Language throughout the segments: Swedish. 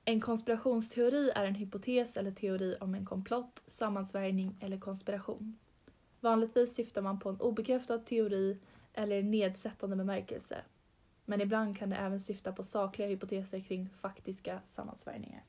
En konspirationsteori är en hypotes eller teori om en komplott, sammansvärjning eller konspiration. Vanligtvis syftar man på en obekräftad teori eller en nedsättande bemärkelse. Men ibland kan det även syfta på sakliga hypoteser kring faktiska sammansvärjningar.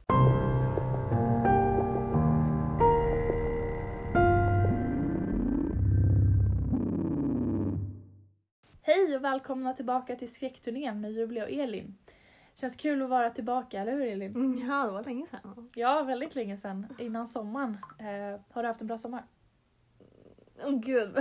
Hej och välkomna tillbaka till skräckturnén med Julia och Elin. Känns kul att vara tillbaka, eller hur Elin? Ja, det var länge sedan. Ja, väldigt länge sedan. Innan sommaren. Har du haft en bra sommar? Åh gud.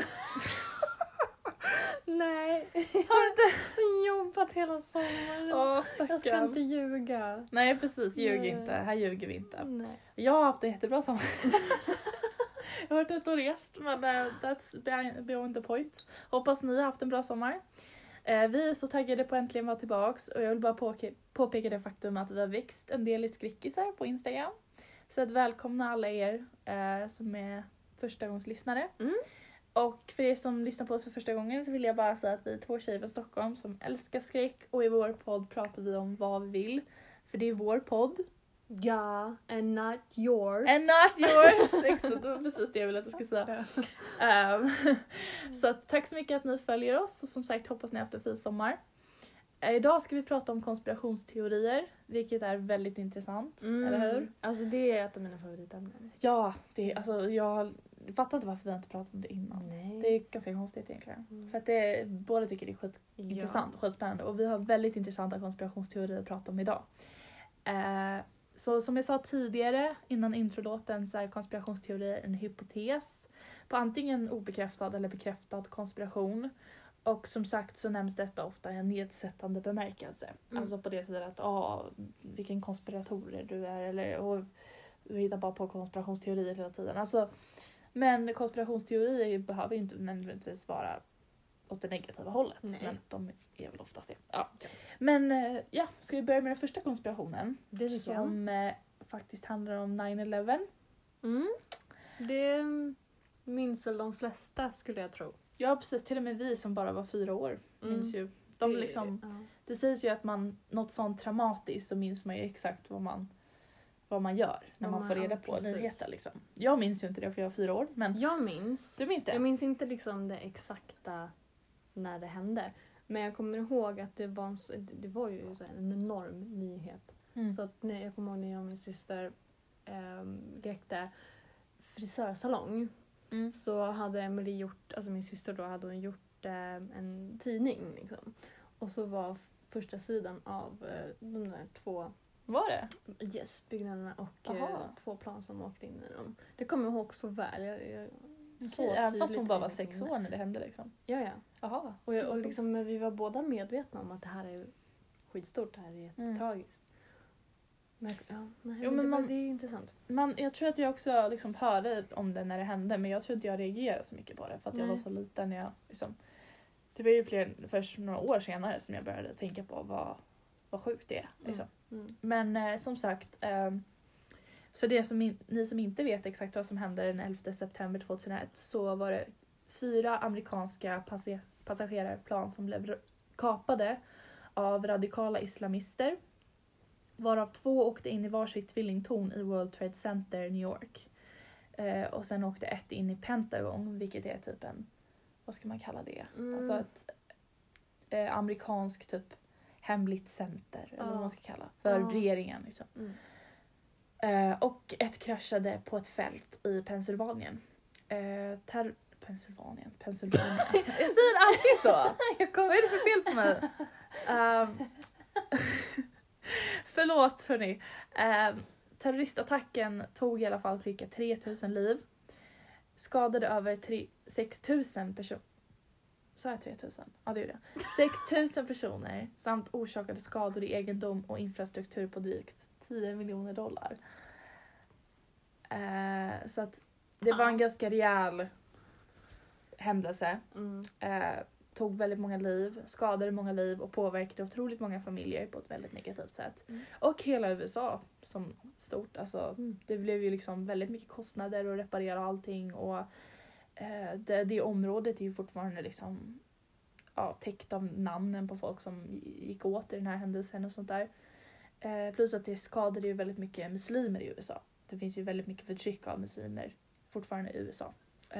Nej, jag har inte jobbat hela sommaren. Jag ska inte ljuga. Nej, precis. Ljug Nej. inte. Här ljuger vi inte. Nej. Jag har haft en jättebra sommar. Jag har varit ute och rest, men that's beyond the point. Hoppas ni har haft en bra sommar. Vi är så taggade på att äntligen vara tillbaks och jag vill bara påpeka det faktum att vi har växt en del i skräckisar på Instagram. Så att välkomna alla er som är förstagångslyssnare. Och för er som lyssnar på oss för första gången så vill jag bara säga att vi är 2 tjejer från Stockholm som älskar skräck och i vår podd pratar vi om vad vi vill. För det är vår podd. Ja, and not yours. And not yours! Exakt, det var precis det jag ville att jag skulle säga. Så att, tack så mycket att ni följer oss och som sagt hoppas ni har haft en fin sommar. Idag ska vi prata om konspirationsteorier, vilket är väldigt intressant, eller hur? Alltså det är ett av mina favoritämnen. Ja, jag fattar inte varför vi inte pratat om det innan. Nej. Det är ganska konstigt egentligen. För att båda tycker det är skitintressant och skitspännande. Och vi har väldigt intressanta konspirationsteorier att prata om idag. Så som jag sa tidigare innan introlåten så är konspirationsteorier en hypotes på antingen obekräftad eller bekräftad konspiration. Och som sagt så nämns detta ofta i en nedsättande bemärkelse. Alltså på det sättet att vilken konspirator du är eller och vi hittar bara på konspirationsteorier hela tiden. Alltså, men konspirationsteorier behöver ju inte nödvändigtvis vara åt det negativa hållet. Nej. Men de är väl oftast det. Ja. Men ska vi börja med den första konspirationen? Det som faktiskt handlar om 9/11. Det minns väl de flesta skulle jag tro. Ja, precis. Till och med vi som bara var 4 år minns ju. Det sägs ju att något sånt traumatiskt så minns man ju exakt vad man gör när man får reda på nyheter liksom. Jag minns ju inte det för jag var 4 år. Men jag minns. Du minns det? Jag minns inte liksom det exakta när det hände. Men jag kommer ihåg att det var ju så en enorm nyhet. Så att jag kommer ihåg när jag och min syster lekte frisörsalong. Så hade Emily gjort, alltså min syster då hade hon gjort en tidning liksom. Och så var första sidan av de där 2 var det? Yes, byggnaderna och 2 plan som åkte in i dem. Det kommer jag ihåg så väl. Även fast hon bara var 6 år när det hände liksom. Ja. Jaha. Och liksom, men vi var båda medvetna om att det här är skitstort, det här är jättetragiskt. Men det är intressant. Jag tror att jag också liksom hörde om det när det hände, men jag tror inte jag reagerade så mycket på det för att jag var så liten när jag liksom, det var ju först några år senare som jag började tänka på vad sjukt det är liksom. Men som sagt, för det som ni som inte vet exakt vad som hände den 11 september 2001 så var det 4 amerikanska passagerarplan som blev kapade av radikala islamister. Varav 2 åkte in i varsitt tvillingtorn i World Trade Center, New York. Och sen åkte 1 in i Pentagon, vilket är typ vad ska man kalla det? Alltså ett amerikansk typ hemligt center, eller vad man ska kalla, för regeringen liksom. Och 1 kraschade på ett fält i Pennsylvanien. Pennsylvanien. Jag säger alltid så. Vad är det för fel på mig? Förlåt hörni. Terroristattacken tog i alla fall cirka 3000 liv. Skadade över 6000 personer. Så är 3000? Ja, det är det. 6000 personer samt orsakade skador i egendom och infrastruktur på drygt $10 miljoner. Så att det var en ganska rejäl händelse. Tog väldigt många liv, skadade många liv och påverkade otroligt många familjer på ett väldigt negativt sätt. Och hela USA som stort. Alltså, det blev ju liksom väldigt mycket kostnader att reparera allting och det området är ju fortfarande liksom täckt av namnen på folk som gick åt i den här händelsen och sånt där. Plus att det skadade ju väldigt mycket muslimer i USA. Det finns ju väldigt mycket förtryck av muslimer fortfarande i USA.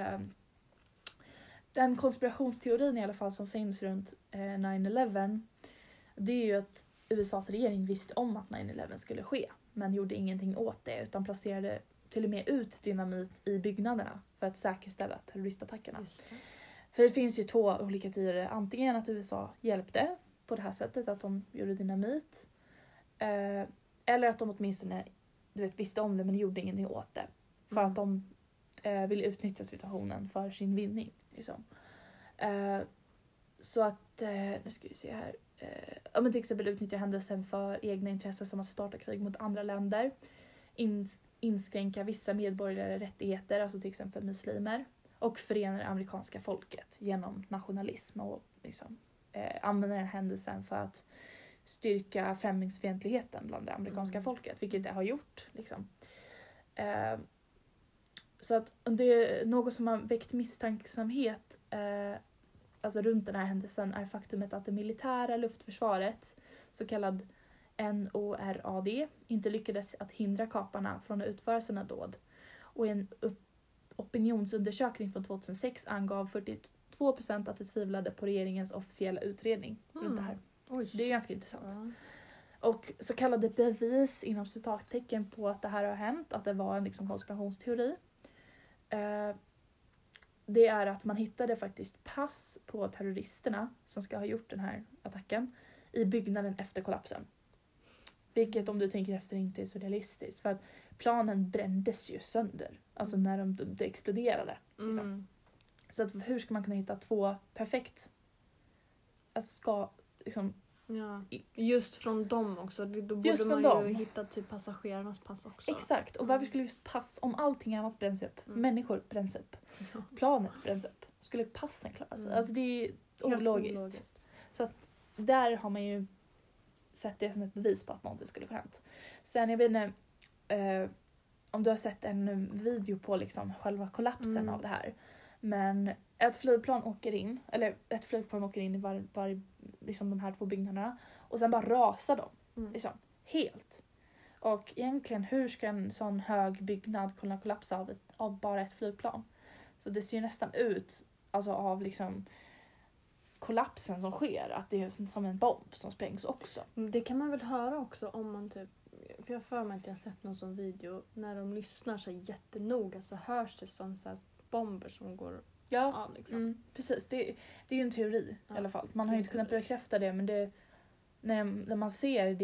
Den konspirationsteorin i alla fall som finns runt 9/11, det är ju att USAs regering visste om att 9/11 skulle ske, men gjorde ingenting åt det utan placerade till och med ut dynamit i byggnaderna för att säkerställa terroristattackerna. För det finns ju 2 olika teorier. Antingen att USA hjälpte på det här sättet, att de gjorde dynamit. Eller att de åtminstone visste om det men gjorde ingenting åt det. För att de ville utnyttja situationen för sin vinning. Liksom. Så att, nu ska vi se här. Om till exempel utnyttja händelsen för egna intressen som att starta krig mot andra länder. Inskränka vissa medborgerliga rättigheter, alltså till exempel muslimer. Och förena det amerikanska folket genom nationalism och liksom, använda den här händelsen för att styrka främlingsfientligheten bland det amerikanska folket, vilket det har gjort. Liksom. Så att det är något som har väckt misstänksamhet alltså runt den här händelsen är faktumet att det militära luftförsvaret, så kallad NORAD, inte lyckades att hindra kaparna från att utföra sina dåd. Och en opinionsundersökning från 2006 angav 42% att de tvivlade på regeringens officiella utredning runt det här. Oj. Så det är ganska intressant. Och så kallade bevis inom citattecken på att det här har hänt, att det var en liksom konspirationsteori. Det är att man hittade faktiskt pass på terroristerna som ska ha gjort den här attacken i byggnaden efter kollapsen. Vilket om du tänker efter inte är så realistiskt. För att planen brändes ju sönder. Alltså när det exploderade. Liksom. Så att hur ska man kunna hitta 2 perfekt... Alltså ska liksom... Ja. Just från dem också. Då borde just man ju hitta typ passagerarnas pass också. Exakt. Och varför skulle just pass, om allting annat bränns upp, människor bränns upp, planet bränns upp, skulle passen klara sig? Alltså det är ologiskt. Så att där har man ju sett det som ett bevis på att någonting skulle ha hänt. Sen jag vet inte om du har sett en video på liksom själva kollapsen av det här. Men ett flygplan åker in i var liksom de här 2 byggnaderna och sen bara rasar de. Liksom, helt. Och egentligen hur ska en sån hög byggnad kunna kollapsa av bara ett flygplan? Så det ser ju nästan ut alltså av liksom kollapsen som sker, att det är som en bomb som sprängs också. Det kan man väl höra också om man typ, för jag för mig att jag har sett någon sån video, när de lyssnar så jättenoga så hörs det som så här bomber som går av liksom. Precis, det är ju en teori i alla fall. Man har ju inte kunnat bekräfta det, men det, när man ser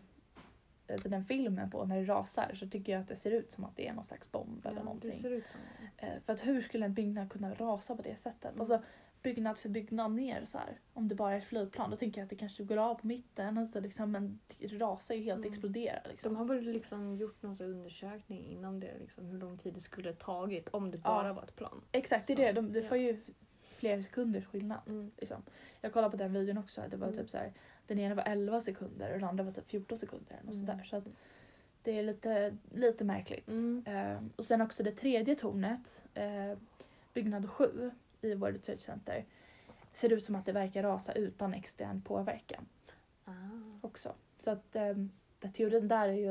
den filmen på när det rasar så tycker jag att det ser ut som att det är någon slags bomb eller någonting. Det ser ut som för att hur skulle en byggnad kunna rasa på det sättet? Alltså byggnad för byggnad ner så här. Om det bara är ett flygplan, då tänker jag att det kanske går av på mitten och så liksom, men det rasar ju helt, exploderar liksom. De har väl liksom gjort någon undersökning inom det liksom, hur lång tid det skulle tagit om det bara var ett plan. Exakt, det är det. Det får ju flera sekunders skillnad. Liksom. Jag kollade på den videon också, det var typ så här, den ena var 11 sekunder och den andra var typ 14 sekunder och så där. Så att det är lite märkligt. Och sen också det tredje tornet, byggnad 7 i World Trade Center, ser ut som att det verkar rasa utan extern påverkan. Också. Så att teorin där är ju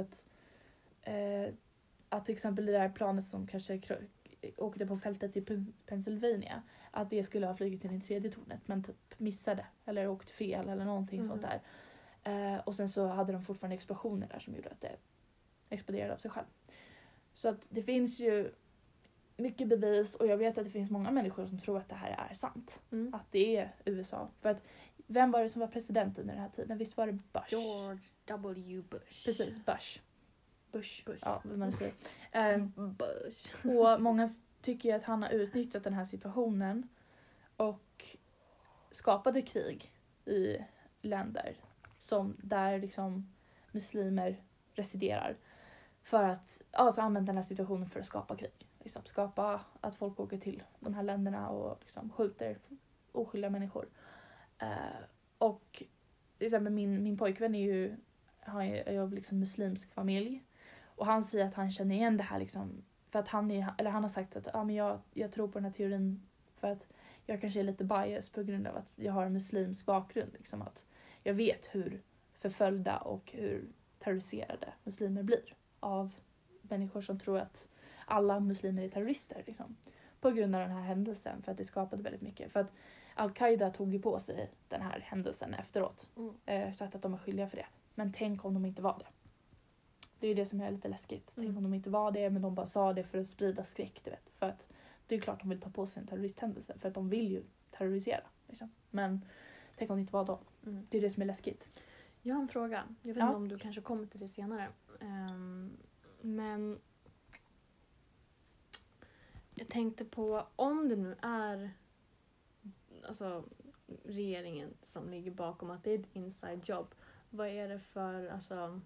att till exempel det där planet som kanske åkte på fältet i Pennsylvania, att det skulle ha flugit till det tredje tornet men typ missade eller åkte fel eller någonting sånt där. Och sen så hade de fortfarande explosioner där som gjorde att det exploderade av sig själv. Så att det finns ju mycket bevis och jag vet att det finns många människor som tror att det här är sant. Att det är USA. För att vem var det som var president under den här tiden? Visst var det Bush? George W. Bush. Precis, Bush. Ja, vad man säger. Bush. Och många tycker ju att han har utnyttjat den här situationen och skapade krig i länder som där liksom muslimer residerar. För att alltså använda den här situationen för att skapa krig. Liksom skapa att folk åker till de här länderna och liksom skjuter oskyldiga människor. Och till exempel min pojkvän är av liksom muslimsk familj. Och han säger att han känner igen det här liksom, för att han har sagt att men jag tror på den här teorin för att jag kanske är lite bias på grund av att jag har en muslimsk bakgrund. Liksom, att jag vet hur förföljda och hur terroriserade muslimer blir av människor som tror att alla muslimer är terrorister. Liksom. På grund av den här händelsen, för att det skapade väldigt mycket. För att Al-Qaida tog ju på sig den här händelsen efteråt. Sagt att de är skyldiga för det. Men tänk om de inte var det. Det är det som är lite läskigt. Tänk om de inte var det, men de bara sa det för att sprida skräck, du vet. För att det är klart de vill ta på sig en terroristhändelse, för att de vill ju terrorisera. Liksom. Men tänk om det inte var dem. Det är det som är läskigt. Jag har en fråga. Jag vet inte om du kanske kommer till det senare. Men jag tänkte på, om det nu är alltså regeringen som ligger bakom att det är ett inside job, vad är det för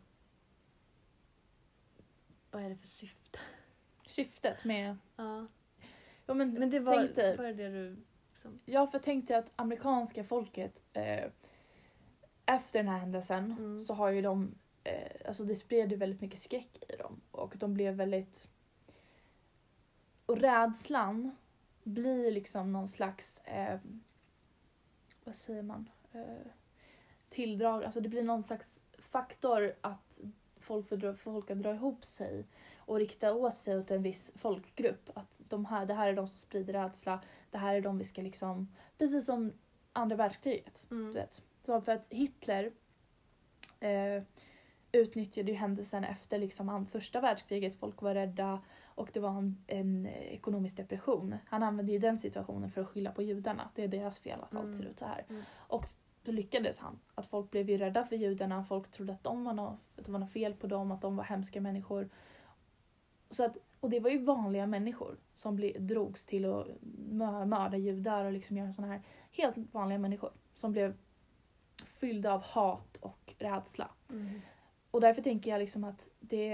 syfte? Syftet med... Ja. Ja, men det var det du... Liksom... Ja, för tänk dig att amerikanska folket efter den här händelsen så har ju de... alltså det spred ju väldigt mycket skräck i dem. Och de blev väldigt... Och rädslan blir liksom någon slags... vad säger man? Tilldrag. Alltså det blir någon slags faktor att folk att dra ihop sig och rikta åt sig åt en viss folkgrupp. Att det här är de som sprider rädsla. Det här är de vi ska liksom... Precis som andra världskriget. Du vet. Så för att Hitler utnyttjade ju händelsen efter liksom första världskriget. Folk var rädda och det var en ekonomisk depression. Han använde ju den situationen för att skylla på judarna. Det är deras fel att allt ser ut så här. Och då lyckades han. Att folk blev ju rädda för judarna. Folk trodde att det var något fel på dem. Att de var hemska människor. Så att, och det var ju vanliga människor som drogs till att mörda judar och liksom göra såna här helt vanliga människor som blev fyllda av hat och rädsla. Och därför tänker jag liksom att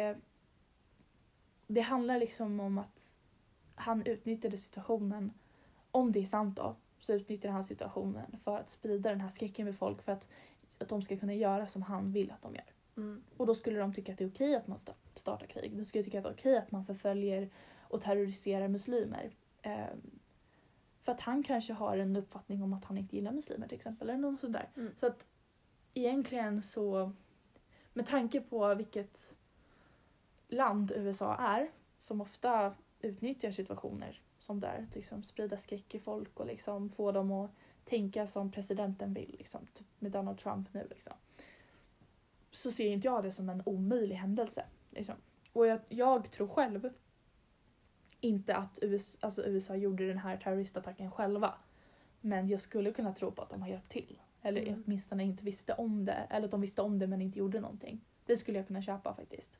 det handlar liksom om att han utnyttjade situationen, om det är sant då, så utnyttjade han situationen för att sprida den här skräcken med folk, för att de ska kunna göra som han vill att de gör. Och då skulle de tycka att det är okej att man startar krig. De skulle tycka att det är okej att man förföljer och terroriserar muslimer. För att han kanske har en uppfattning om att han inte gillar muslimer till exempel. Eller något sådär. Så att egentligen så, med tanke på vilket land USA är, som ofta utnyttjar situationer som där, liksom sprida skräck i folk och liksom få dem att tänka som presidenten vill, liksom, typ med Donald Trump nu liksom. Så ser inte jag det som en omöjlig händelse. Liksom. Och jag tror själv inte att USA gjorde den här terroristattacken själva. Men jag skulle kunna tro på att de har hjälpt till. Eller åtminstone inte visste om det. Eller att de visste om det men inte gjorde någonting. Det skulle jag kunna köpa faktiskt.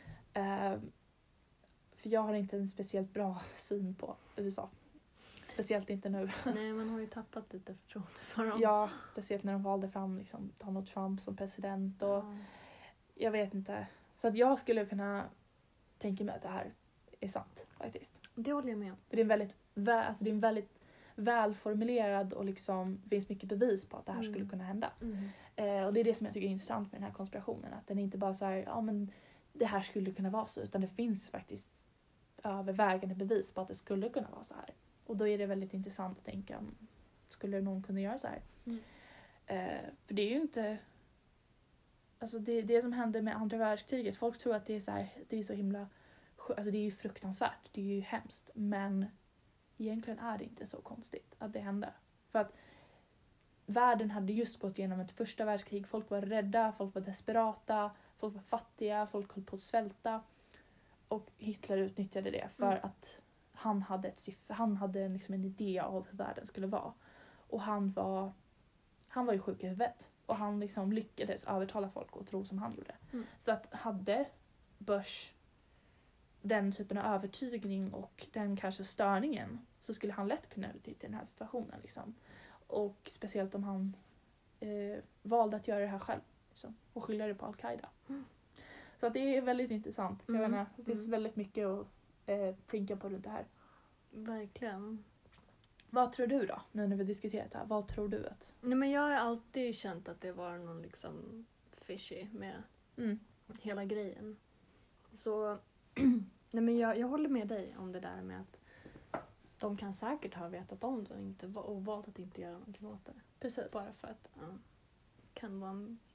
För jag har inte en speciellt bra syn på USA. Speciellt inte nu. Nej, man har ju tappat lite förtroende för dem. Ja, speciellt när de valde fram liksom, Donald Trump som president. Och jag vet inte. Så att jag skulle kunna tänka mig att det här är sant faktiskt. Det håller jag med om. För det är en väldigt välformulerad och liksom finns mycket bevis på att det här skulle kunna hända. Och det är det som jag tycker är intressant med den här konspirationen. Att den är inte bara så här, ja men det här skulle kunna vara så. Utan det finns faktiskt övervägande bevis på att det skulle kunna vara så här. Och då är det väldigt intressant att tänka, skulle någon kunna göra så här? För det är ju inte... Alltså det som hände med andra världskriget, folk tror att det är så här, det är så himla... Alltså det är ju fruktansvärt, det är ju hemskt. Men egentligen är det inte så konstigt att det hände. För att världen hade just gått igenom ett första världskrig. Folk var rädda, folk var desperata, folk var fattiga, folk höll på att svälta. Och Hitler utnyttjade det för att han hade ett syfte. Han hade liksom en idé av hur världen skulle vara. Och han var ju sjuk i huvudet. Och han liksom lyckades övertala folk att tro som han gjorde. Så att hade Bush den typen av övertygning och den kanske störningen, så skulle han lätt kunna utnyttja den här situationen. Liksom. Och speciellt om han valde att göra det här själv. Liksom, och skylla det på Al-Qaida. Så att det är väldigt intressant. Jag menar, det finns väldigt mycket att tänka på runt det här. Verkligen. Vad tror du då, nu när vi diskuterat det här? Vad tror du att... Nej, men jag har alltid känt att det var någon liksom fishy med hela grejen. Så nej, men jag håller med dig om det där med att de kan säkert ha vetat om det och valt att inte göra någonting åt det. Precis. Bara för att kan vara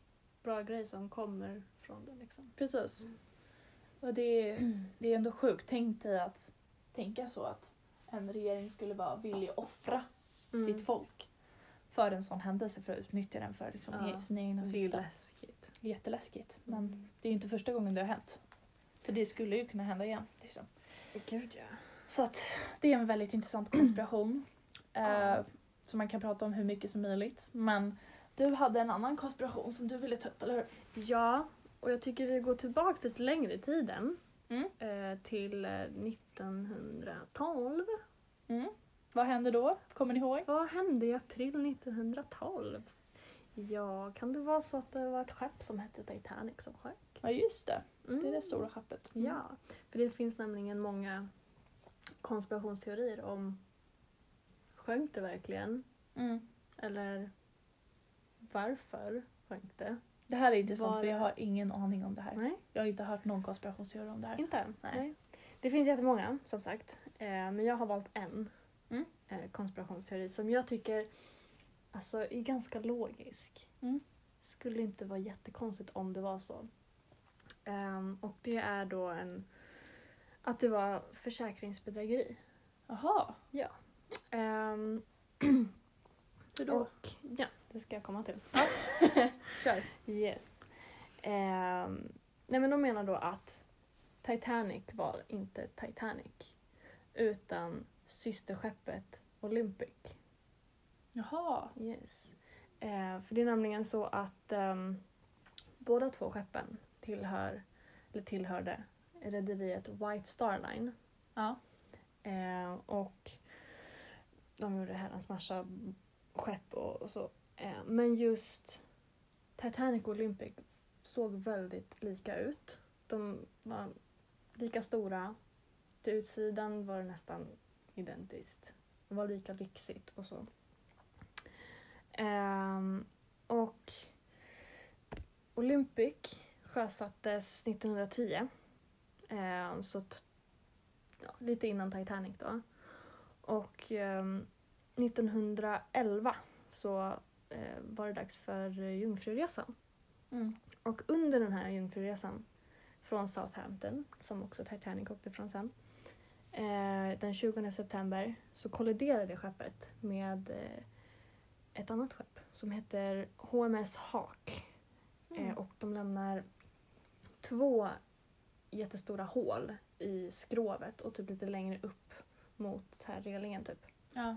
bra grej som kommer från det liksom. Precis. Och det är ändå sjukt. Tänk dig att tänka så att en regering skulle vara villig att offra sitt folk för en sån händelse, för att utnyttja den för liksom sina egna syften. Det är läskigt. Jätteläskigt. Men det är ju inte första gången det har hänt. Så det skulle ju kunna hända igen. Liksom. Gud, ja. Så att det är en väldigt intressant konspiration. Som man kan prata om hur mycket som möjligt. Men du hade en annan konspiration som du ville ta upp, eller hur? Ja, och jag tycker vi går tillbaka lite längre i tiden. Till 1912. Vad hände då? Kommer ni ihåg? Vad hände i april 1912? Ja, kan det vara så att det var ett skepp som hette Titanic som sjönk? Ja, just det. Det är det stora skeppet. Ja, för det finns nämligen många konspirationsteorier om sjönk det verkligen? Eller varför sjönk det? Det här är intressant för jag har ingen aning om det här. Nej. Jag har inte hört någon konspirationsteori om det här. Inte? Nej. Det finns jättemånga, som sagt. Men jag har valt en konspirationsteori som jag tycker är ganska logisk. Skulle inte vara jättekonstigt om det var så. Och det är då att det var försäkringsbedrägeri. Jaha. Ja. Hur då? Och, ja, det ska jag komma till. Kör. Yes. Nej, men de menar då att Titanic var inte Titanic utan systerskeppet Olympic. Jaha. Yes. För det är nämligen så att båda två skeppen tillhörde rederiet White Star Line. Ja. Och de gjorde herrans massa skepp och så. Men just Titanic och Olympic såg väldigt lika ut. De var lika stora. Till utsidan var det nästan identiskt. Det var lika lyxigt och så. Och Olympic sjösattes 1910. Så lite innan Titanic då. Och 1911 så var det dags för Jungfruresan. Och under den här Jungfruresan från Southampton, som också Titanic åkte från sen, den 20 september så kolliderade skeppet med ett annat skepp som heter HMS Hawk. Och de lämnar 2 jättestora hål i skrovet och typ lite längre upp mot här relingen typ. Ja.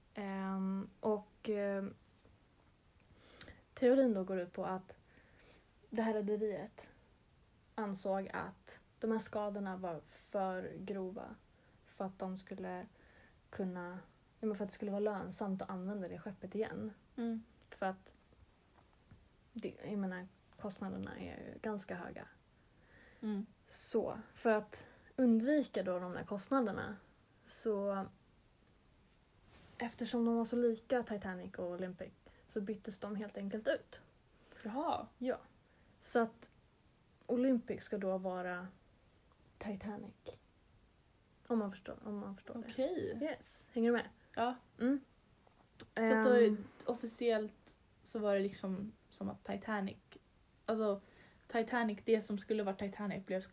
Teorin då går ut på att det här rederiet ansåg att de här skadorna var för grova för att de skulle kunna, för att det skulle vara lönsamt att använda det skeppet igen. För att kostnaderna är ju ganska höga. Så för att undvika då de där kostnaderna, så eftersom de var så lika Titanic och Olympic så byttes de helt enkelt ut. Jaha. Ja. Så att Olympic ska då vara Titanic. Om man förstår det. Okej. Yes. Hänger du med? Ja. Så att då, officiellt så var det liksom som att Titanic, det som skulle vara Titanic blev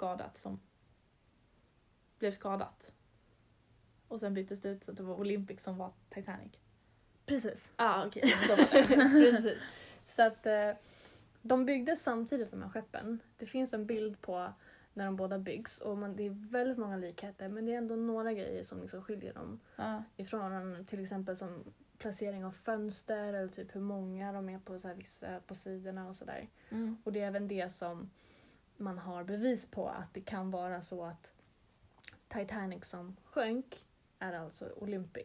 skadat. Och sen byttes det ut så att det var Olympic som var Titanic. Precis. Okej. Precis. Så att de byggdes samtidigt, de här skeppen. Det finns en bild på när de båda byggs och det är väldigt många likheter, men det är ändå några grejer som liksom skiljer dem ifrån varandra. Till exempel som placering av fönster eller typ hur många de är på så här vissa på sidorna och sådär. Och det är även det som man har bevis på, att det kan vara så att Titanic som sjönk är alltså Olympic.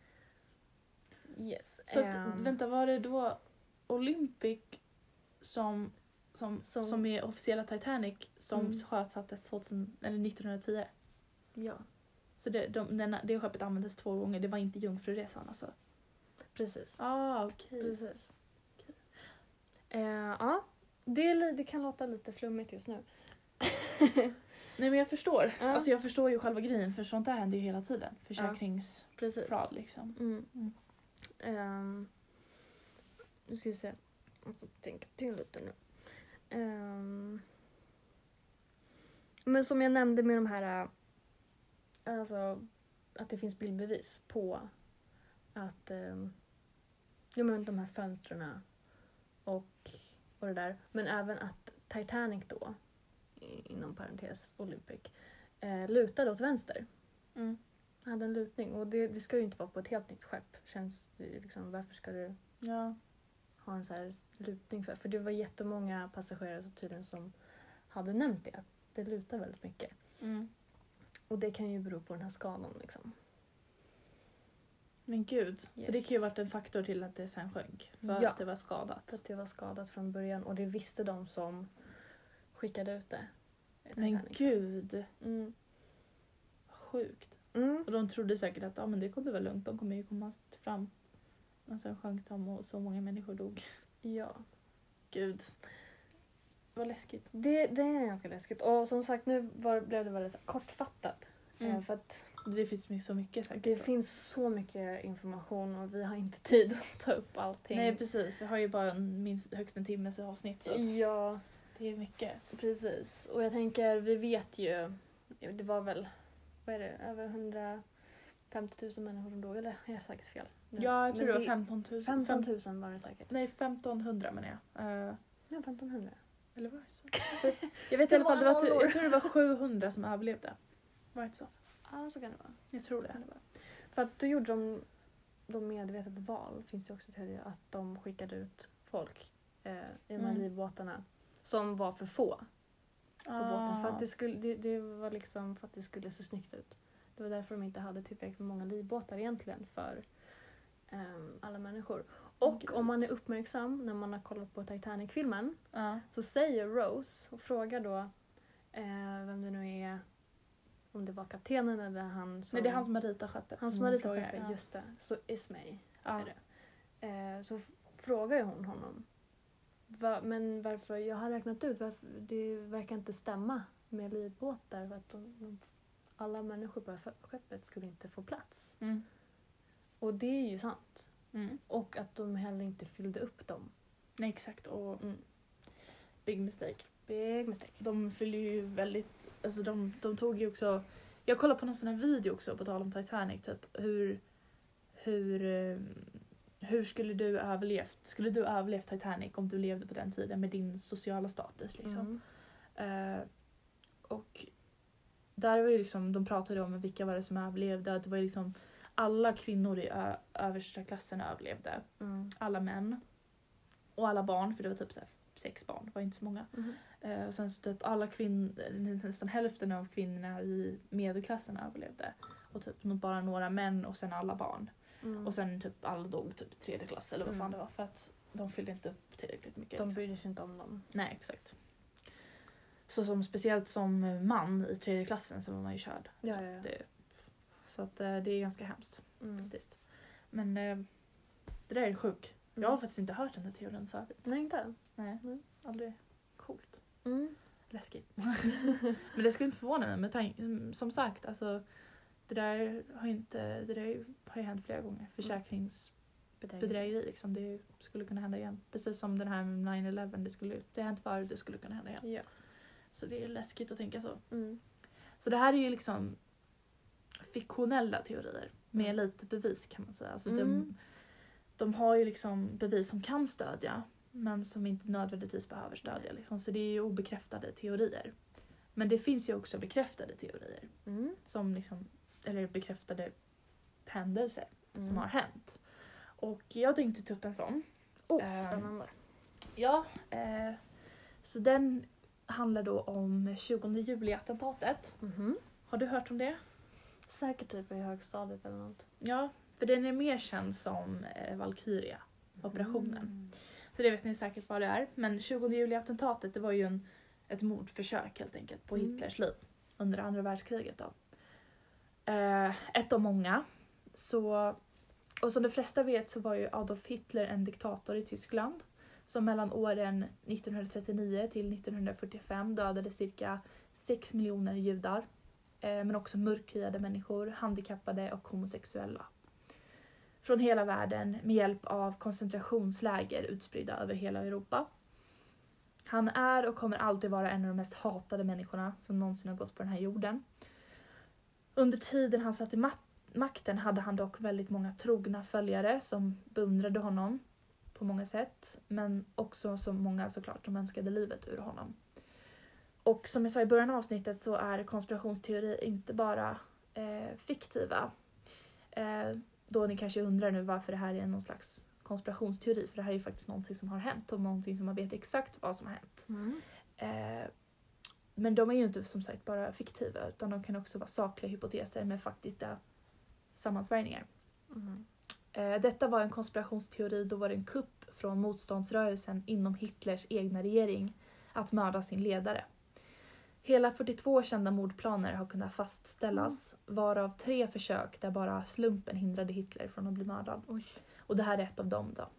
Yes. Så att, vänta, var det då Olympic som är officiella Titanic som sjösattes 1910? Ja. Så det skeppet användes 2 gånger, det var inte Jungfruresan alltså? Precis. Okej. Precis. Det kan låta lite flummigt just nu. Nej, men jag förstår. Alltså jag förstår ju själva grejen, för sånt där händer ju hela tiden. Försäkringsfraud liksom. Nu ska vi se. Jag måste tänka till lite nu. Men som jag nämnde med de här, alltså att det finns bildbevis på att de här fönstren och det där. Men även att Titanic då, inom parentes Olympic, lutade åt vänster. Hade en lutning. Och det ska ju inte vara på ett helt nytt skepp. Känns det liksom, varför ska du ha en så här lutning för? För det var jättemånga passagerare så tydligen som hade nämnt det. Att det lutar väldigt mycket. Och det kan ju bero på den här skadan liksom. Men gud, så det kan ju varit en faktor till att det sen sjönk. För att det var skadat. För att det var skadat från början. Och det visste de som skickade ut det. Men gud. Sjukt. Och de trodde säkert att men det kommer vara lugnt. De kommer ju komma fram. Men sen sjönk de och så många människor dog. Ja. Gud. Vad läskigt. Det är ganska läskigt. Och som sagt, nu blev det väldigt kortfattat. För att det finns så mycket säkert. Det finns så mycket information och vi har inte tid att ta upp allting. Nej, precis. Vi har ju bara högst en timmes avsnitt. Så ja. Det är mycket. Precis. Och jag tänker, vi vet ju, det var väl, över 150 000 människor som dog, eller är jag säkert fel? Ja, jag tror det var 15 000. 15 000 var det säkert. Nej, 1500 menar jag. Ja, 1500. Eller var det så? Jag vet i alla fall, jag tror det var 700 som överlevde. Var det så? Ja, så kan det vara. Jag tror det. För att då gjorde de medvetet val, finns det också teorier, att de skickade ut folk i de här livbåtarna som var för få på båten. För att det var liksom för att det skulle se snyggt ut. Det var därför de inte hade tillräckligt många livbåtar egentligen för alla människor. Och om man är uppmärksam när man har kollat på Titanic-filmen så säger Rose och frågar då vem det nu är, om det var kaptenen eller han som... Nej, det är han som har ritat skeppet. Han som har ritat skeppet, just det. Så Ismay är det. Så frågar ju hon honom. Men varför? Jag har räknat ut varför det verkar inte stämma med livbåtar. För att alla människor på skeppet skulle inte få plats. Och det är ju sant. Och att de heller inte fyllde upp dem. Nej, exakt. Och big mistake. Big mistake. De fyller ju väldigt... Alltså de tog ju också... Jag kollade på någon sån här video också på tal om Titanic. Typ hur skulle du överlevt? Skulle du överlevt Titanic om du levde på den tiden med din sociala status liksom? Och där var ju liksom, de pratade om vilka var det som överlevde. Det var ju liksom alla kvinnor i översta klassen överlevde. Alla män. Och alla barn, för det var typ så här 6 barn, det var inte så många. Och sen så typ alla nästan hälften av kvinnorna i medelklassen överlevde. Och typ bara några män och sen alla barn. Och sen typ alla dog typ 3:e klass eller vad fan det var, för att de fyllde inte upp tillräckligt mycket. De brydde sig inte om dem. Nej, exakt. Så speciellt som man i 3:e klassen så var man ju körd. Ja. Så att det är ganska hemskt faktiskt. Men det där är sjukt. Jag har faktiskt inte hört den här teorin förut. Nej, inte? Nej, aldrig. Coolt. Läskigt. Men det skulle inte förvåna mig med som sagt, alltså det där har ju hänt flera gånger. Försäkringsbedrägeri liksom, det skulle kunna hända igen. Precis som den här med 9/11, det har hänt förut, det skulle kunna hända igen. Ja. Så det är läskigt att tänka så. Så det här är ju liksom fiktionella teorier med lite bevis kan man säga. Alltså de har ju liksom bevis som kan stödja, men som inte nödvändigtvis behöver stödja. Liksom. Så det är ju obekräftade teorier. Men det finns ju också bekräftade teorier. Som liksom, eller bekräftade händelser som har hänt. Och jag tänkte ta upp en sån. Spännande. Ja, så den handlar då om 20 juli-attentatet. Har du hört om det? Säkert typ i högstadiet eller något. Ja, för den är mer känd som Valkyria-operationen. Så det vet ni säkert vad det är. Men 20 juli-attentatet, det var ju ett mordförsök helt enkelt på Hitlers liv under andra världskriget då. Ett av många. Och som de flesta vet så var ju Adolf Hitler en diktator i Tyskland som mellan åren 1939 till 1945 dödade cirka 6 miljoner judar, men också mörkhyade människor, handikappade och homosexuella från hela världen med hjälp av koncentrationsläger utspridda över hela Europa. Han är och kommer alltid vara en av de mest hatade människorna som någonsin har gått på den här jorden. Under tiden han satt i makten hade han dock väldigt många trogna följare som beundrade honom på många sätt. Men också så många såklart som önskade livet ur honom. Och som jag sa i början av avsnittet så är konspirationsteorier inte bara fiktiva. Då ni kanske undrar nu varför det här är någon slags konspirationsteori. För det här är ju faktiskt någonting som har hänt och någonting som man vet exakt vad som har hänt. Men de är ju inte som sagt bara fiktiva utan de kan också vara sakliga hypoteser med faktiska sammansvärjningar. Detta var en konspirationsteori, då var det en kupp från motståndsrörelsen inom Hitlers egna regering att mörda sin ledare. Hela 42 kända mordplaner har kunnat fastställas, varav 3 försök där bara slumpen hindrade Hitler från att bli mördad. Oj. Och det här är ett av dem då.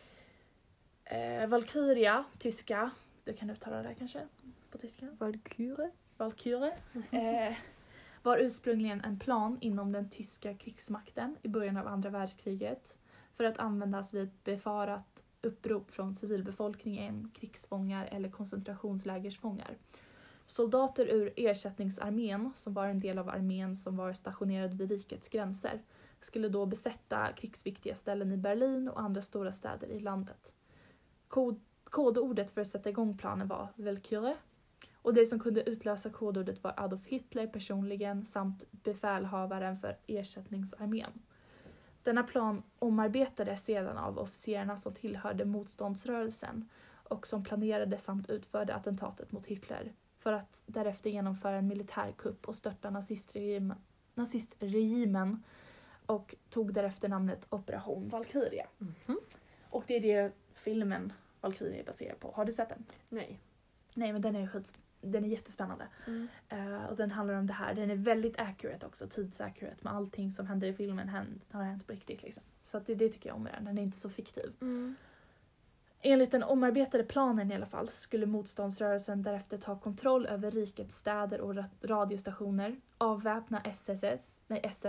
Valkyria, tyska, du kan uttala det kanske på tyska. Valkyrie. Var ursprungligen en plan inom den tyska krigsmakten i början av andra världskriget för att användas vid ett befarat upprop från civilbefolkningen, krigsfångar eller koncentrationslägersfångar. Soldater ur ersättningsarmén, som var en del av armén som var stationerad vid rikets gränser, skulle då besätta krigsviktiga ställen i Berlin och andra stora städer i landet. Kodordet för att sätta igång planen var Valkyrie. Och det som kunde utlösa kodordet var Adolf Hitler personligen samt befälhavaren för ersättningsarmén. Denna plan omarbetades sedan av officerarna som tillhörde motståndsrörelsen och som planerade samt utförde attentatet mot Hitler för att därefter genomföra en militärkupp och störta nazistregimen och tog därefter namnet Operation Valkyria. Och det är det filmen Valkyria är baserad på. Har du sett den? Nej. Nej, men den är jättespännande. Och den handlar om det här. Den är väldigt accurate också, tidsaccurate med allting som händer i filmen har hänt på riktigt liksom. Så att det tycker jag om med den. Den är inte så fiktiv. Enligt den omarbetade planen i alla fall skulle motståndsrörelsen därefter ta kontroll över rikets städer och radiostationer, avväpna SSS,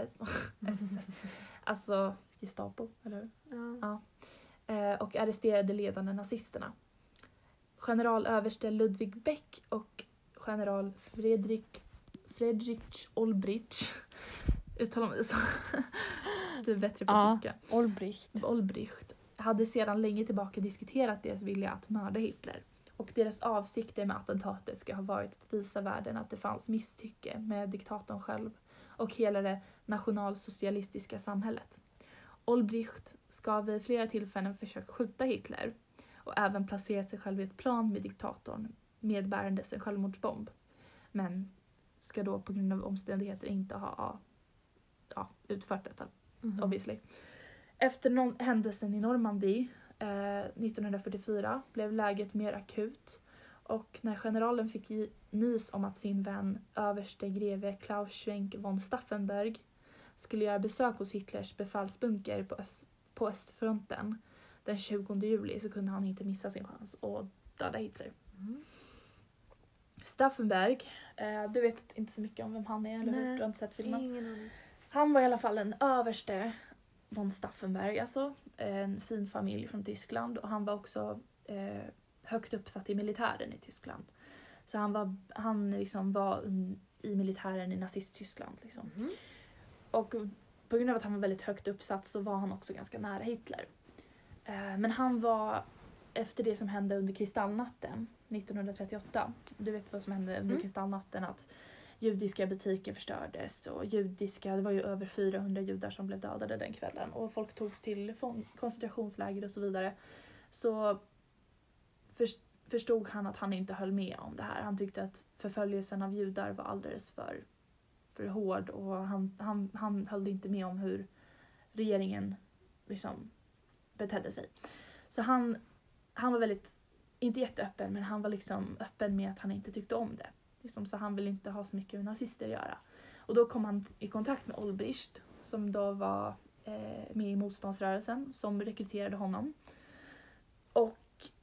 alltså Gestapo, eller hur? Ja. Och arresterade ledande nazisterna. Generalöverste Ludwig Beck och general Friedrich Olbricht, uttalar man det så? Du är bättre på tyska. Olbricht hade sedan länge tillbaka diskuterat deras vilja att mörda Hitler. Och deras avsikter med attentatet ska ha varit att visa världen att det fanns misstycke med diktatorn själv och hela det nationalsocialistiska samhället. Olbricht ska vid flera tillfällen försökt skjuta Hitler och även placerat sig själv i ett plan med diktatorn medbärandes en självmordsbomb. Men ska då på grund av omständigheter inte ha utfört detta, obviously. Efter händelsen i Normandie 1944 blev läget mer akut och när generalen fick nys om att sin vän överste greve Klaus Schwenk von Stauffenberg skulle göra besök hos Hitlers befälsbunker på östfronten den 20 juli så kunde han inte missa sin chans att döda Hitler. Stauffenberg, du vet inte så mycket om vem han är eller hur? Du har inte sett filmen? Han var i alla fall en överste von Stauffenberg, alltså en fin familj från Tyskland och han var också högt uppsatt i militären i Tyskland. Så han liksom var i militären i nazist-Tyskland liksom. Och på grund av att han var väldigt högt uppsatt så var han också ganska nära Hitler. Men han var, efter det som hände under kristallnatten 1938, du vet vad som hände under kristallnatten, att judiska butiker förstördes och det var ju över 400 judar som blev dödade den kvällen och folk togs till koncentrationsläger och så vidare. Så förstod han att han inte höll med om det här. Han tyckte att förföljelsen av judar var alldeles för hård och han höll inte med om hur regeringen liksom betedde sig. Så han var väldigt, inte jätteöppen, men han var liksom öppen med att han inte tyckte om det. Liksom, så han ville inte ha så mycket med nazister att göra. Och då kom han i kontakt med Olbricht som då var med i motståndsrörelsen som rekryterade honom. Och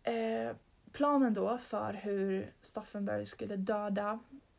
planen då för hur Stauffenberg skulle döda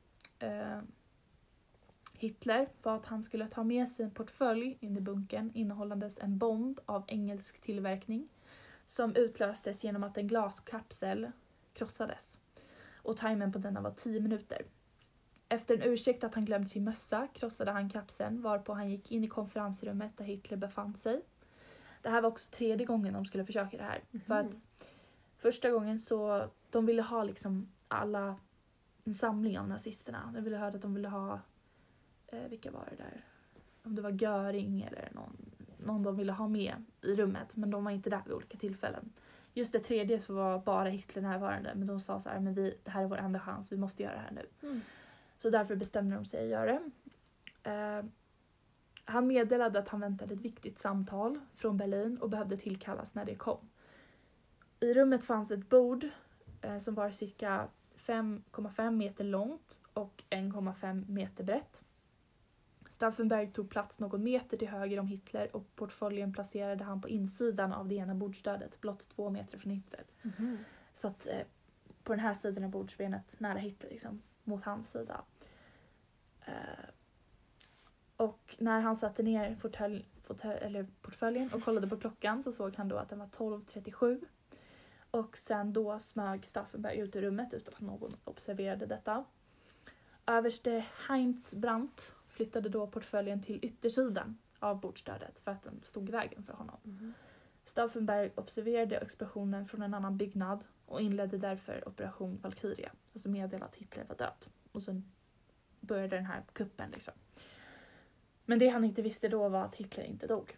Hitler var att han skulle ta med sig en portfölj in i bunkern innehållandes en bomb av engelsk tillverkning som utlöstes genom att en glaskapsel krossades. Och timern på denna var 10 minuter. Efter en ursäkt att han glömt sin mössa krossade han kapseln varpå han gick in i konferensrummet där Hitler befann sig. Det här var också 3:e gången de skulle försöka det här. För att första gången så de ville ha liksom alla en samling av nazisterna. Jag ville höra att de ville ha vilka var det där? Om det var Göring eller någon de ville ha med i rummet, men de var inte där vid olika tillfällen. Just det 3:e så var bara Hitler närvarande, men de sa så här, men det här är vår enda chans, vi måste göra det här nu. Så därför bestämde de sig att göra det. Han meddelade att han väntade ett viktigt samtal från Berlin och behövde tillkallas när det kom. I rummet fanns ett bord som var cirka 5,5 meter långt och 1,5 meter brett. Stauffenberg tog plats någon meter till höger om Hitler och portföljen placerade han på insidan av det ena bordstödet, blott 2 meter från Hitler. Så att på den här sidan av bordsbenet nära Hitler, liksom, mot hans sida. Och när han satte ner portföljen och kollade på klockan så såg han då att den var 12:37. Och sen då smög Stauffenberg ut ur rummet utan att någon observerade detta. Överste Heinz Brandt flyttade då portföljen till yttersidan av bordstödet för att den stod i vägen för honom. Stauffenberg observerade explosionen från en annan byggnad och inledde därför operation Valkyria. Alltså meddelade att Hitler var död. Och sen började den här kuppen liksom. Men det han inte visste då var att Hitler inte dog.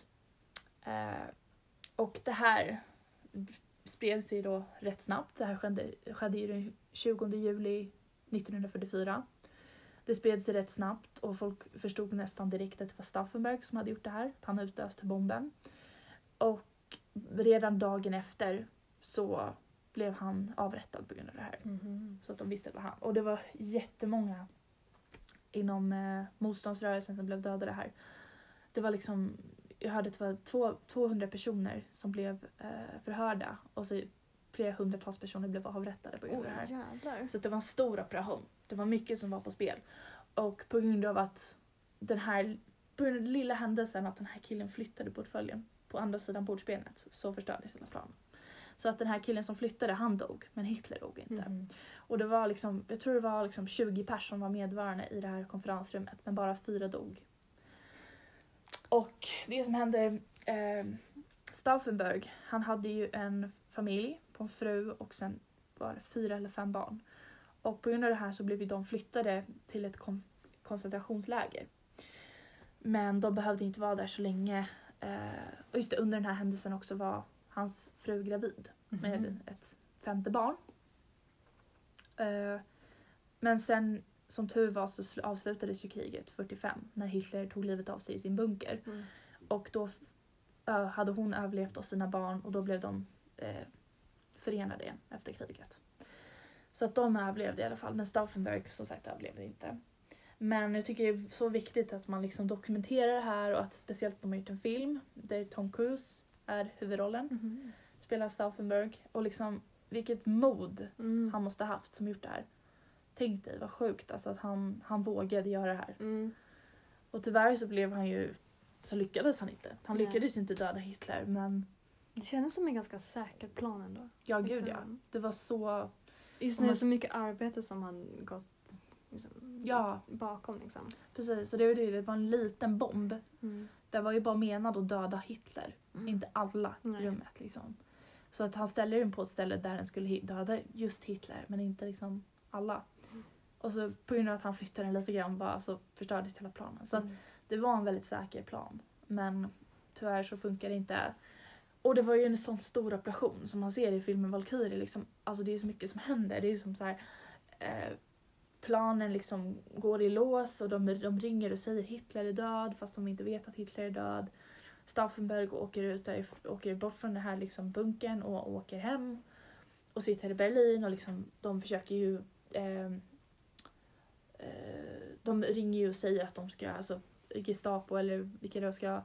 Och det här spred sig då rätt snabbt. Det här skedde ju den 20 juli 1944. Det spred sig rätt snabbt och folk förstod nästan direkt att det var Stauffenberg som hade gjort det här. Han utlöste bomben. Och redan dagen efter så blev han avrättad på grund av det här. Så att de visste att det var han. Och det var jättemånga inom motståndsrörelsen som blev dödade här. Det var liksom, jag hörde att det var 200 personer som blev förhörda och så flera hundratals personer blev avrättade på grund av det här. Jävlar. Så det var en stor operation. Det var mycket som var på spel. Och på grund av att på grund av den lilla händelsen att den här killen flyttade portföljen på andra sidan bordsbenet så förstördes hela planen. Så att den här killen som flyttade, han dog, men Hitler dog inte. Och det var liksom, jag tror det var liksom 20 personer som var medvarande i det här konferensrummet, men bara 4 dog. Och det som hände, Stauffenberg, han hade ju en familj på en fru och sen var det 4 eller 5 barn. Och på grund av det här så blev ju de flyttade till ett koncentrationsläger. Men de behövde inte vara där så länge. Och just det, under den här händelsen också var hans fru gravid med ett 5:e barn. Men sen, som tur var, så avslutades ju kriget 45 när Hitler tog livet av sig i sin bunker. Och då hade hon överlevt av sina barn och då blev de förenade igen efter kriget. Så att de överlevde i alla fall, men Stauffenberg som sagt överlevde inte. Men jag tycker det är så viktigt att man liksom dokumenterar det här och att speciellt de har gjort en film där Tom Cruise är huvudrollen. Spelar Stauffenberg och liksom vilket mod han måste ha haft som gjort det här. Tänk dig vad sjukt alltså att han vågade göra det här. Och tyvärr så lyckades han inte. Han lyckades ju inte döda Hitler, men det kändes som en ganska säker plan ändå. Ja, gud ja. Det var så... Just när det är så mycket arbete som han gått liksom, bakom liksom. Precis, så det var en liten bomb. Det var ju bara menad att döda Hitler. Inte alla i rummet liksom. Så att han ställer den på ett ställe där den skulle döda just Hitler, men inte liksom alla. Och så på grund av att han flyttade den lite grann bara så förstördes hela planen. Så att det var en väldigt säker plan. Men tyvärr så funkar det inte. Och det var ju en sån stor operation som man ser i filmen Valkyrie. Liksom, alltså det är så mycket som händer. Det är som så här, planen liksom går i lås och de ringer och säger Hitler är död fast de inte vet att Hitler är död. Stauffenberg åker bort från den här liksom bunkern och åker hem och sitter i Berlin och liksom, de försöker ju de ringer ju och säger att de ska, alltså Gestapo eller vilka det ska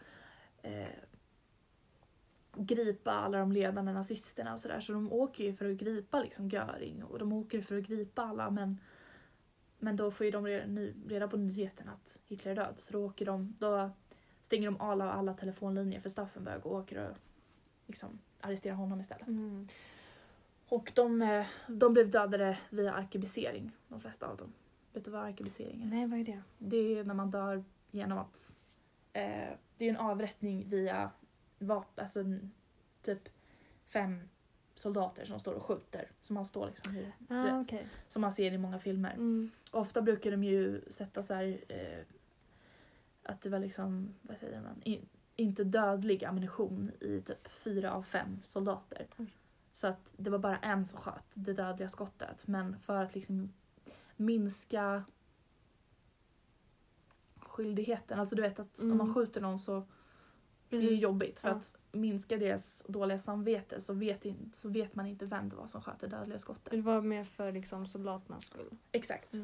gripa alla de ledande nazisterna och sådär. Så de åker ju för att gripa liksom Göring och de åker för att gripa alla, men då får ju de reda på nyheten att Hitler är död. Så då stänger de alla telefonlinjer för Stauffenberg och åker och liksom arresterar honom istället. Och de blev dödade via arkebusering, de flesta av dem. Vet du vad arkebusering är? Nej, vad är det? Det är när man dör genom att... det är en avrättning via vapen, alltså typ 5 soldater som står och skjuter. Som man står liksom i, Okay. som man ser i många filmer. Mm. Ofta brukar de ju sätta så här... att det var liksom, vad säger man? Inte dödlig ammunition i typ 4 av 5 soldater. Så att det var bara en som sköt det dödliga skottet. Men för att liksom minska skyldigheten. Alltså du vet att om man skjuter någon så det är det jobbigt. För att minska deras dåliga samvete så vet man inte vem det var som sköt det dödliga skottet. Det var mer för liksom soldaternas skull. Exakt.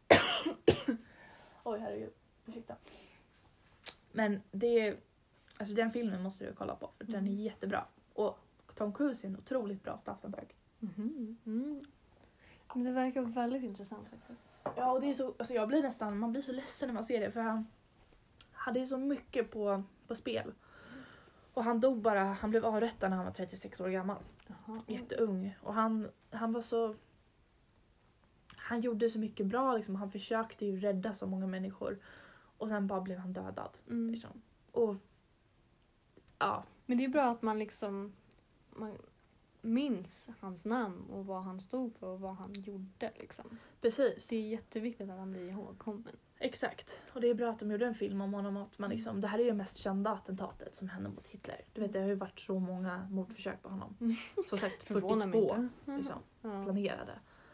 Oj, herregud. Ursäkta. Men alltså den filmen måste du kolla på för den är jättebra. Och Tom Cruise är en otroligt bra Stauffenberg. Men det verkar väldigt intressant faktiskt. Ja, och det är så, alltså man blir så ledsen när man ser det för han hade så mycket på spel. Och han blev avrättad när han var 36 år gammal. Jätteung. Och han var så... Han gjorde så mycket bra liksom. Han försökte ju rädda så många människor. Och sen bara blev han dödad. Liksom. Och ja. Men det är bra att man liksom man minns hans namn och vad han stod för och vad han gjorde liksom. Precis. Det är jätteviktigt att han blir ihågkommen. Exakt. Och det är bra att de gjorde en film om honom. Att man liksom, det här är det mest kända attentatet som hände mot Hitler. Du vet, det har ju varit så många mordförsök på honom. Som sagt 42 liksom, planerade.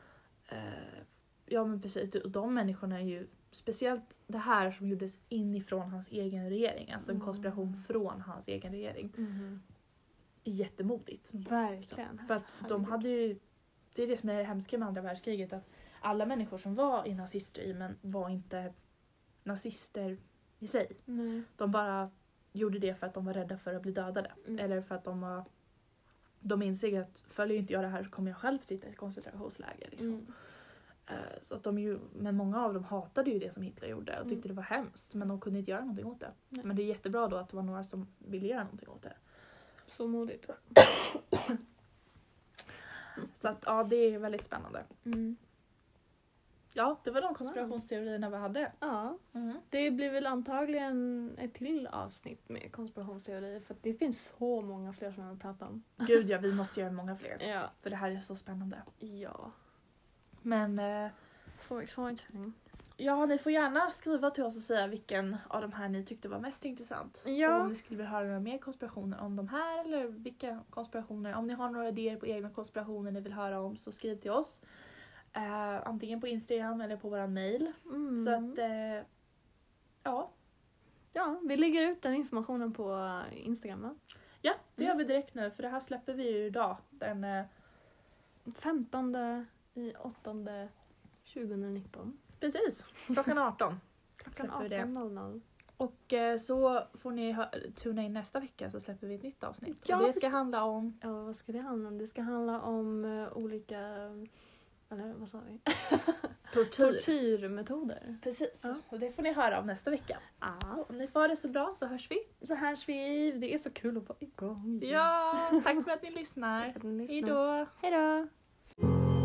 Ja men precis. Och de människorna är ju speciellt det här som gjordes inifrån hans egen regering. Alltså en konspiration från hans egen regering. Jättemodigt. Verkligen. För att de hade ju... Det är det som är det hemska med andra världskriget. Att alla människor som var i nazistregimen var inte nazister i sig. De bara gjorde det för att de var rädda för att bli dödade. Eller för att de insåg att följer inte jag det här så kommer jag själv sitta i ett koncentrationsläger. Liksom. Så att men många av dem hatade ju det som Hitler gjorde och tyckte det var hemskt. Men de kunde inte göra någonting åt det. Men det är jättebra då att det var några som ville göra någonting åt det. Så modigt. Så att ja, det är väldigt spännande. Ja, det var de konspirationsteorierna vi hade. Ja, det blir väl antagligen ett till avsnitt med konspirationsteorier. För att det finns så många fler som jag vill prata om. Gud ja, vi måste göra många fler. Ja. För det här är så spännande. Ja. Men... så exciting. Ja, ni får gärna skriva till oss och säga vilken av de här ni tyckte var mest intressant. Ja. Och om ni skulle vilja höra några mer konspirationer om de här eller vilka konspirationer. Om ni har några idéer på egna konspirationer ni vill höra om så skriv till oss. Antingen på Instagram eller på våra mail. Så att, ja. Ja, vi lägger ut den informationen på Instagram va? Ja, det gör vi direkt nu för det här släpper vi ju idag. Den 15/8/2019. Precis, klockan 18. Klockan 18:00. Och så får ni tuna in nästa vecka så släpper vi ett nytt avsnitt. Ja, och det ska handla om... Ja, vad ska det handla om? Det ska handla om olika... Eller vad sa vi? Tortyrmetoder. Precis, och det får ni höra om nästa vecka. Så om ni får det så bra så hörs vi. Så hörs vi. Det är så kul att vara igång. Ja, tack för att ni lyssnar. Hej då. Hej då.